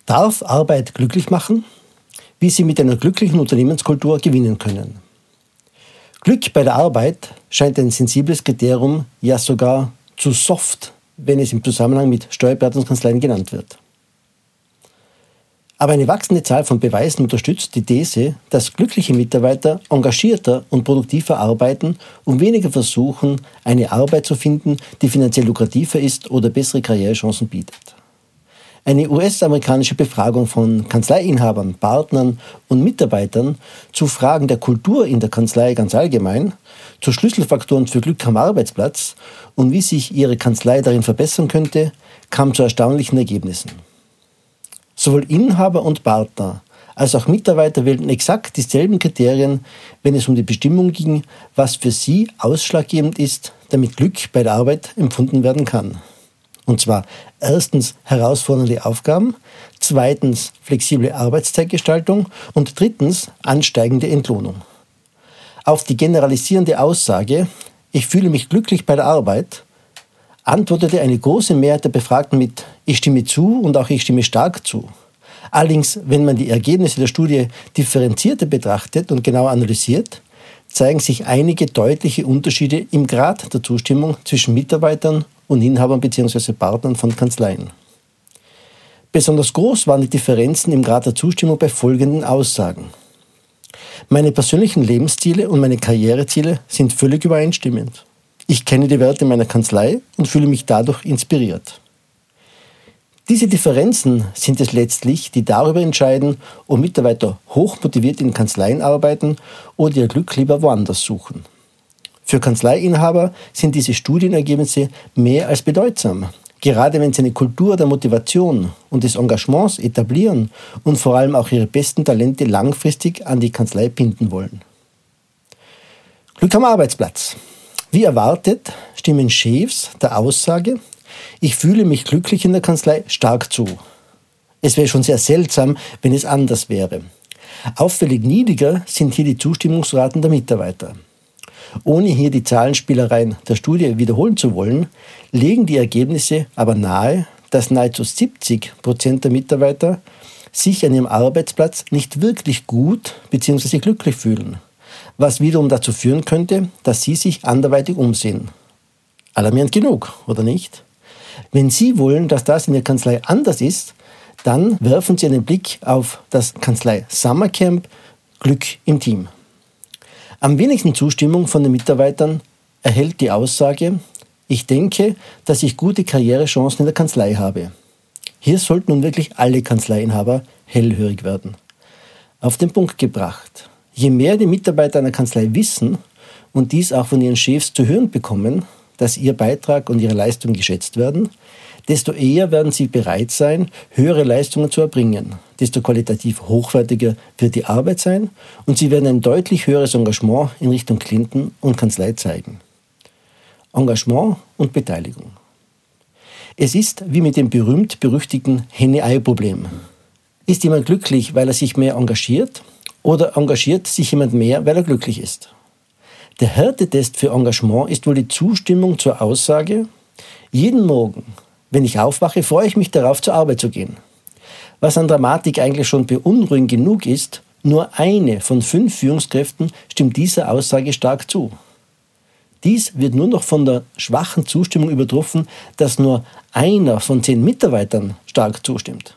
Darf Arbeit glücklich machen? Wie Sie mit einer glücklichen Unternehmenskultur gewinnen können. Glück bei der Arbeit scheint ein sensibles Kriterium, ja sogar zu soft, wenn es im Zusammenhang mit Steuerberatungskanzleien genannt wird. Aber eine wachsende Zahl von Beweisen unterstützt die These, dass glückliche Mitarbeiter engagierter und produktiver arbeiten und weniger versuchen, eine Arbeit zu finden, die finanziell lukrativer ist oder bessere Karrierechancen bietet. Eine US-amerikanische Befragung von Kanzleiinhabern, Partnern und Mitarbeitern zu Fragen der Kultur in der Kanzlei ganz allgemein, zu Schlüsselfaktoren für Glück am Arbeitsplatz und wie sich ihre Kanzlei darin verbessern könnte, kam zu erstaunlichen Ergebnissen. Sowohl Inhaber und Partner als auch Mitarbeiter wählten exakt dieselben Kriterien, wenn es um die Bestimmung ging, was für sie ausschlaggebend ist, damit Glück bei der Arbeit empfunden werden kann. Und zwar erstens herausfordernde Aufgaben, zweitens flexible Arbeitszeitgestaltung und drittens ansteigende Entlohnung. Auf die generalisierende Aussage, ich fühle mich glücklich bei der Arbeit, antwortete eine große Mehrheit der Befragten mit ich stimme zu und auch ich stimme stark zu. Allerdings, wenn man die Ergebnisse der Studie differenzierter betrachtet und genau analysiert, zeigen sich einige deutliche Unterschiede im Grad der Zustimmung zwischen Mitarbeitern und Inhabern bzw. Partnern von Kanzleien. Besonders groß waren die Differenzen im Grad der Zustimmung bei folgenden Aussagen. Meine persönlichen Lebensziele und meine Karriereziele sind völlig übereinstimmend. Ich kenne die Werte meiner Kanzlei und fühle mich dadurch inspiriert. Diese Differenzen sind es letztlich, die darüber entscheiden, ob Mitarbeiter hochmotiviert in Kanzleien arbeiten oder ihr Glück lieber woanders suchen. Für Kanzleiinhaber sind diese Studienergebnisse mehr als bedeutsam, gerade wenn sie eine Kultur der Motivation und des Engagements etablieren und vor allem auch ihre besten Talente langfristig an die Kanzlei binden wollen. Glück am Arbeitsplatz. Wie erwartet stimmen Chefs der Aussage, ich fühle mich glücklich in der Kanzlei stark zu. Es wäre schon sehr seltsam, wenn es anders wäre. Auffällig niedriger sind hier die Zustimmungsraten der Mitarbeiter. Ohne hier die Zahlenspielereien der Studie wiederholen zu wollen, legen die Ergebnisse aber nahe, dass nahezu 70% der Mitarbeiter sich an ihrem Arbeitsplatz nicht wirklich gut bzw. glücklich fühlen, was wiederum dazu führen könnte, dass sie sich anderweitig umsehen. Alarmierend genug, oder nicht? Wenn Sie wollen, dass das in der Kanzlei anders ist, dann werfen Sie einen Blick auf das Kanzlei Summercamp Glück im Team. Am wenigsten Zustimmung von den Mitarbeitern erhält die Aussage, ich denke, dass ich gute Karrierechancen in der Kanzlei habe. Hier sollten nun wirklich alle Kanzleiinhaber hellhörig werden. Auf den Punkt gebracht. Je mehr die Mitarbeiter einer Kanzlei wissen und dies auch von ihren Chefs zu hören bekommen, dass ihr Beitrag und ihre Leistung geschätzt werden, desto eher werden sie bereit sein, höhere Leistungen zu erbringen, desto qualitativ hochwertiger wird die Arbeit sein und sie werden ein deutlich höheres Engagement in Richtung Klienten und Kanzlei zeigen. Engagement und Beteiligung. Es ist wie mit dem berühmt-berüchtigten Henne-Ei-Problem. Ist jemand glücklich, weil er sich mehr engagiert, oder engagiert sich jemand mehr, weil er glücklich ist? Der Härtetest für Engagement ist wohl die Zustimmung zur Aussage, jeden Morgen, wenn ich aufwache, freue ich mich darauf, zur Arbeit zu gehen. Was an Dramatik eigentlich schon beunruhigend genug ist, nur eine von 5 Führungskräften stimmt dieser Aussage stark zu. Dies wird nur noch von der schwachen Zustimmung übertroffen, dass nur einer von 10 Mitarbeitern stark zustimmt.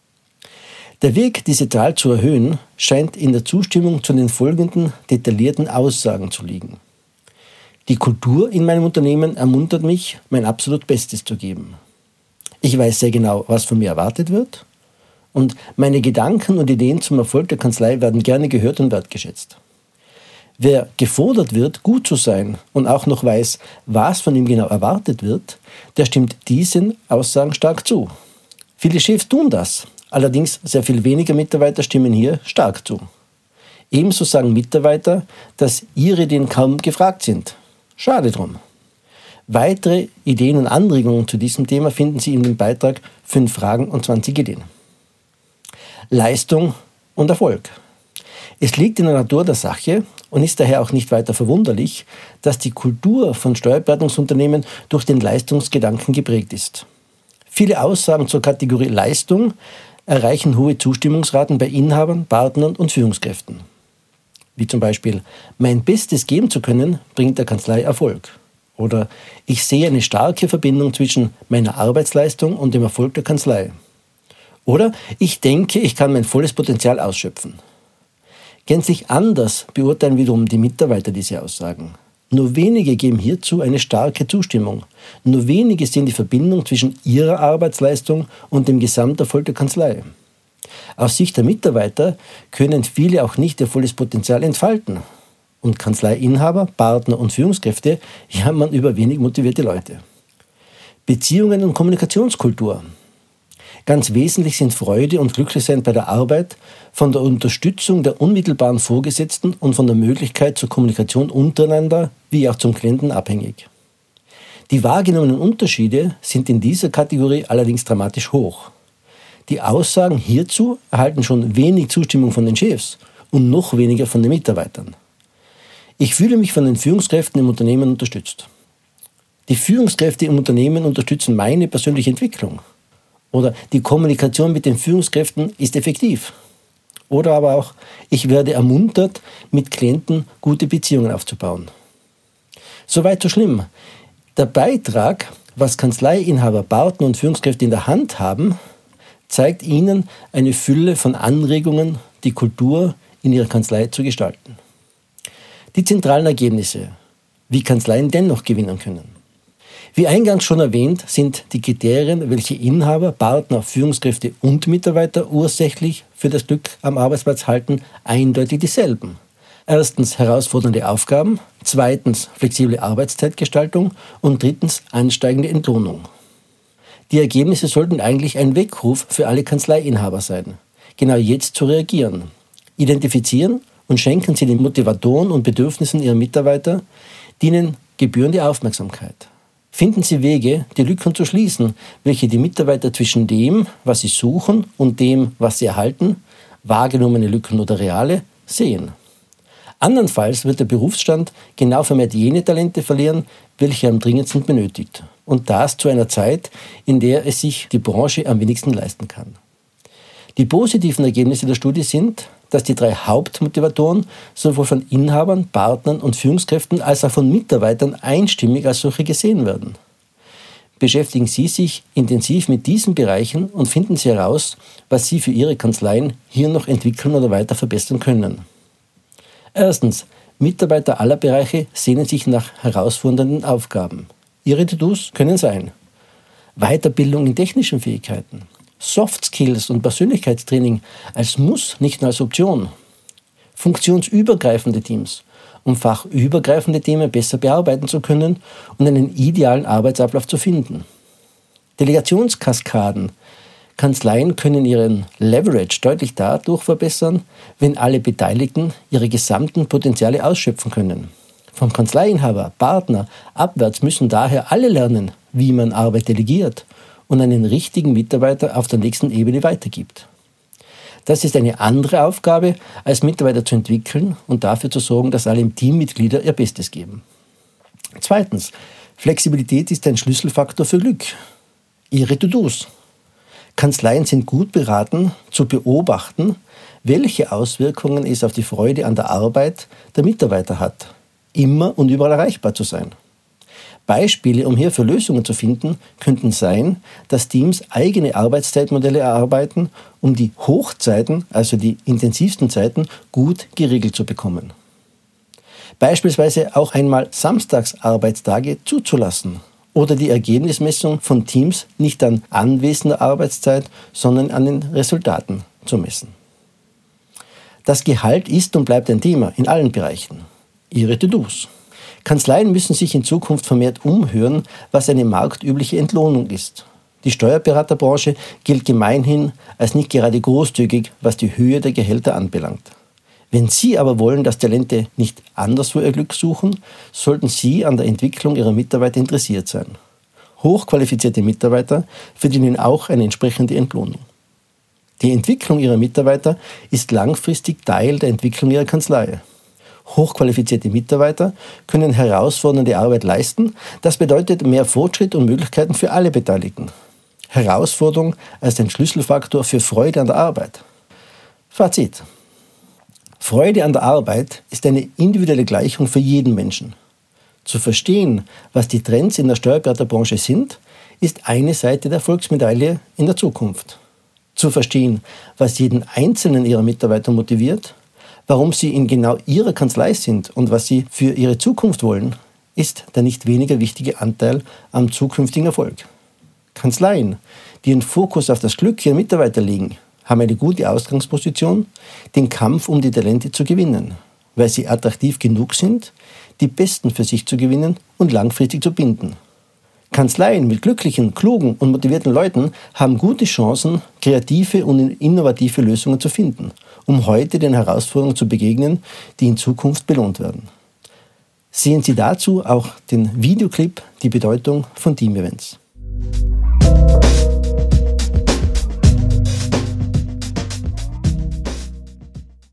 Der Weg, diese Zahl zu erhöhen, scheint in der Zustimmung zu den folgenden detaillierten Aussagen zu liegen. Die Kultur in meinem Unternehmen ermuntert mich, mein absolut Bestes zu geben. Ich weiß sehr genau, was von mir erwartet wird und meine Gedanken und Ideen zum Erfolg der Kanzlei werden gerne gehört und wertgeschätzt. Wer gefordert wird, gut zu sein und auch noch weiß, was von ihm genau erwartet wird, der stimmt diesen Aussagen stark zu. Viele Chefs tun das. Allerdings sehr viel weniger Mitarbeiter stimmen hier stark zu. Ebenso sagen Mitarbeiter, dass ihre Ideen kaum gefragt sind. Schade drum. Weitere Ideen und Anregungen zu diesem Thema finden Sie in dem Beitrag 5 Fragen und 20 Ideen. Leistung und Erfolg. Es liegt in der Natur der Sache und ist daher auch nicht weiter verwunderlich, dass die Kultur von Steuerberatungsunternehmen durch den Leistungsgedanken geprägt ist. Viele Aussagen zur Kategorie Leistung erreichen hohe Zustimmungsraten bei Inhabern, Partnern und Führungskräften. Wie zum Beispiel: Mein Bestes geben zu können, bringt der Kanzlei Erfolg. Oder: Ich sehe eine starke Verbindung zwischen meiner Arbeitsleistung und dem Erfolg der Kanzlei. Oder: Ich denke, ich kann mein volles Potenzial ausschöpfen. Gänzlich anders beurteilen wiederum die Mitarbeiter diese Aussagen. Nur wenige geben hierzu eine starke Zustimmung. Nur wenige sehen die Verbindung zwischen ihrer Arbeitsleistung und dem Gesamterfolg der Kanzlei. Aus Sicht der Mitarbeiter können viele auch nicht ihr volles Potenzial entfalten. Und Kanzleiinhaber, Partner und Führungskräfte jammern über wenig motivierte Leute. Beziehungen und Kommunikationskultur. Ganz wesentlich sind Freude und Glücklichsein bei der Arbeit von der Unterstützung der unmittelbaren Vorgesetzten und von der Möglichkeit zur Kommunikation untereinander wie auch zum Klienten abhängig. Die wahrgenommenen Unterschiede sind in dieser Kategorie allerdings dramatisch hoch. Die Aussagen hierzu erhalten schon wenig Zustimmung von den Chefs und noch weniger von den Mitarbeitern. Ich fühle mich von den Führungskräften im Unternehmen unterstützt. Die Führungskräfte im Unternehmen unterstützen meine persönliche Entwicklung. Oder die Kommunikation mit den Führungskräften ist effektiv. Oder aber auch: Ich werde ermuntert, mit Klienten gute Beziehungen aufzubauen. Soweit so schlimm. Der Beitrag, was Kanzleiinhaber, Partner und Führungskräfte in der Hand haben, zeigt ihnen eine Fülle von Anregungen, die Kultur in ihrer Kanzlei zu gestalten. Die zentralen Ergebnisse, wie Kanzleien dennoch gewinnen können. Wie eingangs schon erwähnt, sind die Kriterien, welche Inhaber, Partner, Führungskräfte und Mitarbeiter ursächlich für das Glück am Arbeitsplatz halten, eindeutig dieselben. Erstens herausfordernde Aufgaben, zweitens flexible Arbeitszeitgestaltung und drittens ansteigende Entlohnung. Die Ergebnisse sollten eigentlich ein Weckruf für alle Kanzleiinhaber sein, genau jetzt zu reagieren. Identifizieren und schenken Sie den Motivatoren und Bedürfnissen Ihrer Mitarbeiter, ihnen gebührende Aufmerksamkeit. Finden Sie Wege, die Lücken zu schließen, welche die Mitarbeiter zwischen dem, was sie suchen, und dem, was sie erhalten, wahrgenommene Lücken oder reale, sehen. Andernfalls wird der Berufsstand genau vermehrt jene Talente verlieren, welche er am dringendsten benötigt. Und das zu einer Zeit, in der es sich die Branche am wenigsten leisten kann. Die positiven Ergebnisse der Studie sind, dass die 3 Hauptmotivatoren sowohl von Inhabern, Partnern und Führungskräften als auch von Mitarbeitern einstimmig als solche gesehen werden. Beschäftigen Sie sich intensiv mit diesen Bereichen und finden Sie heraus, was Sie für Ihre Kanzleien hier noch entwickeln oder weiter verbessern können. Erstens: Mitarbeiter aller Bereiche sehnen sich nach herausfordernden Aufgaben. Ihre To-Dos können sein: Weiterbildung in technischen Fähigkeiten, Soft Skills und Persönlichkeitstraining als Muss, nicht nur als Option, funktionsübergreifende Teams, um fachübergreifende Themen besser bearbeiten zu können und einen idealen Arbeitsablauf zu finden. Delegationskaskaden. Kanzleien können ihren Leverage deutlich dadurch verbessern, wenn alle Beteiligten ihre gesamten Potenziale ausschöpfen können. Vom Kanzleiinhaber, Partner abwärts müssen daher alle lernen, wie man Arbeit delegiert und einen richtigen Mitarbeiter auf der nächsten Ebene weitergibt. Das ist eine andere Aufgabe, als Mitarbeiter zu entwickeln und dafür zu sorgen, dass alle Teammitglieder ihr Bestes geben. Zweitens: Flexibilität ist ein Schlüsselfaktor für Glück. Ihre To-Dos. Kanzleien sind gut beraten, zu beobachten, welche Auswirkungen es auf die Freude an der Arbeit der Mitarbeiter hat, immer und überall erreichbar zu sein. Beispiele, um hierfür Lösungen zu finden, könnten sein, dass Teams eigene Arbeitszeitmodelle erarbeiten, um die Hochzeiten, also die intensivsten Zeiten, gut geregelt zu bekommen. Beispielsweise auch einmal Samstagsarbeitstage zuzulassen oder die Ergebnismessung von Teams nicht an anwesender Arbeitszeit, sondern an den Resultaten zu messen. Das Gehalt ist und bleibt ein Thema in allen Bereichen. Ihre To-Dos. Kanzleien müssen sich in Zukunft vermehrt umhören, was eine marktübliche Entlohnung ist. Die Steuerberaterbranche gilt gemeinhin als nicht gerade großzügig, was die Höhe der Gehälter anbelangt. Wenn Sie aber wollen, dass Talente nicht anderswo ihr Glück suchen, sollten Sie an der Entwicklung Ihrer Mitarbeiter interessiert sein. Hochqualifizierte Mitarbeiter verdienen auch eine entsprechende Entlohnung. Die Entwicklung Ihrer Mitarbeiter ist langfristig Teil der Entwicklung Ihrer Kanzlei. Hochqualifizierte Mitarbeiter können herausfordernde Arbeit leisten. Das bedeutet mehr Fortschritt und Möglichkeiten für alle Beteiligten. Herausforderung als ein Schlüsselfaktor für Freude an der Arbeit. Fazit. Freude an der Arbeit ist eine individuelle Gleichung für jeden Menschen. Zu verstehen, was die Trends in der Steuerberaterbranche sind, ist eine Seite der Erfolgsmedaille in der Zukunft. Zu verstehen, was jeden einzelnen ihrer Mitarbeiter motiviert, warum sie in genau ihrer Kanzlei sind und was sie für ihre Zukunft wollen, ist der nicht weniger wichtige Anteil am zukünftigen Erfolg. Kanzleien, die ihren Fokus auf das Glück ihrer Mitarbeiter legen, haben eine gute Ausgangsposition, den Kampf um die Talente zu gewinnen, weil sie attraktiv genug sind, die Besten für sich zu gewinnen und langfristig zu binden. Kanzleien mit glücklichen, klugen und motivierten Leuten haben gute Chancen, kreative und innovative Lösungen zu finden, um heute den Herausforderungen zu begegnen, die in Zukunft belohnt werden. Sehen Sie dazu auch den Videoclip Die Bedeutung von Team-Events.